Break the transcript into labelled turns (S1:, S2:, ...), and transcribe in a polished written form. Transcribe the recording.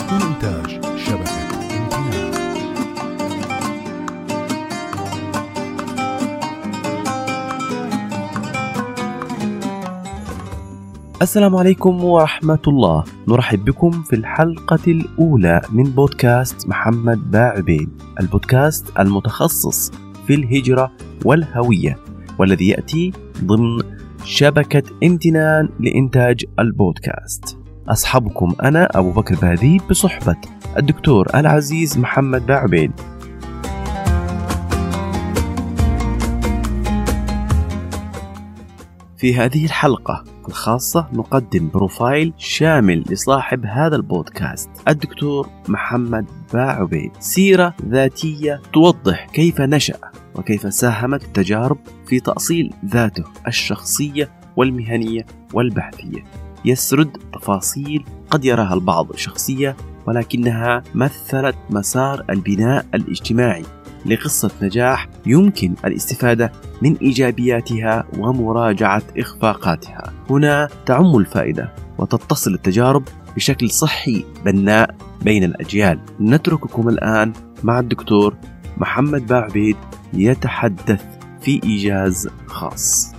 S1: من إنتاج شبكة امتنان.
S2: السلام عليكم ورحمة الله. نرحب بكم في الحلقة الأولى من بودكاست محمد باعبيد، البودكاست المتخصص في الهجرة والهوية، والذي يأتي ضمن شبكة امتنان لإنتاج البودكاست. أصحبكم أنا أبو بكر باديب بصحبة الدكتور العزيز محمد باعبيد. في هذه الحلقة الخاصة نقدم بروفايل شامل لصاحب هذا البودكاست الدكتور محمد باعبيد، سيرة ذاتية توضح كيف نشأ وكيف ساهمت التجارب في تأصيل ذاته الشخصية والمهنية والبحثية. يسرد تفاصيل قد يراها البعض شخصية، ولكنها مثلت مسار البناء الاجتماعي لقصة نجاح يمكن الاستفادة من إيجابياتها ومراجعة إخفاقاتها. هنا تعم الفائدة وتتصل التجارب بشكل صحي بناء بين الأجيال. نترككم الآن مع الدكتور محمد باعبيد يتحدث في إيجاز خاص.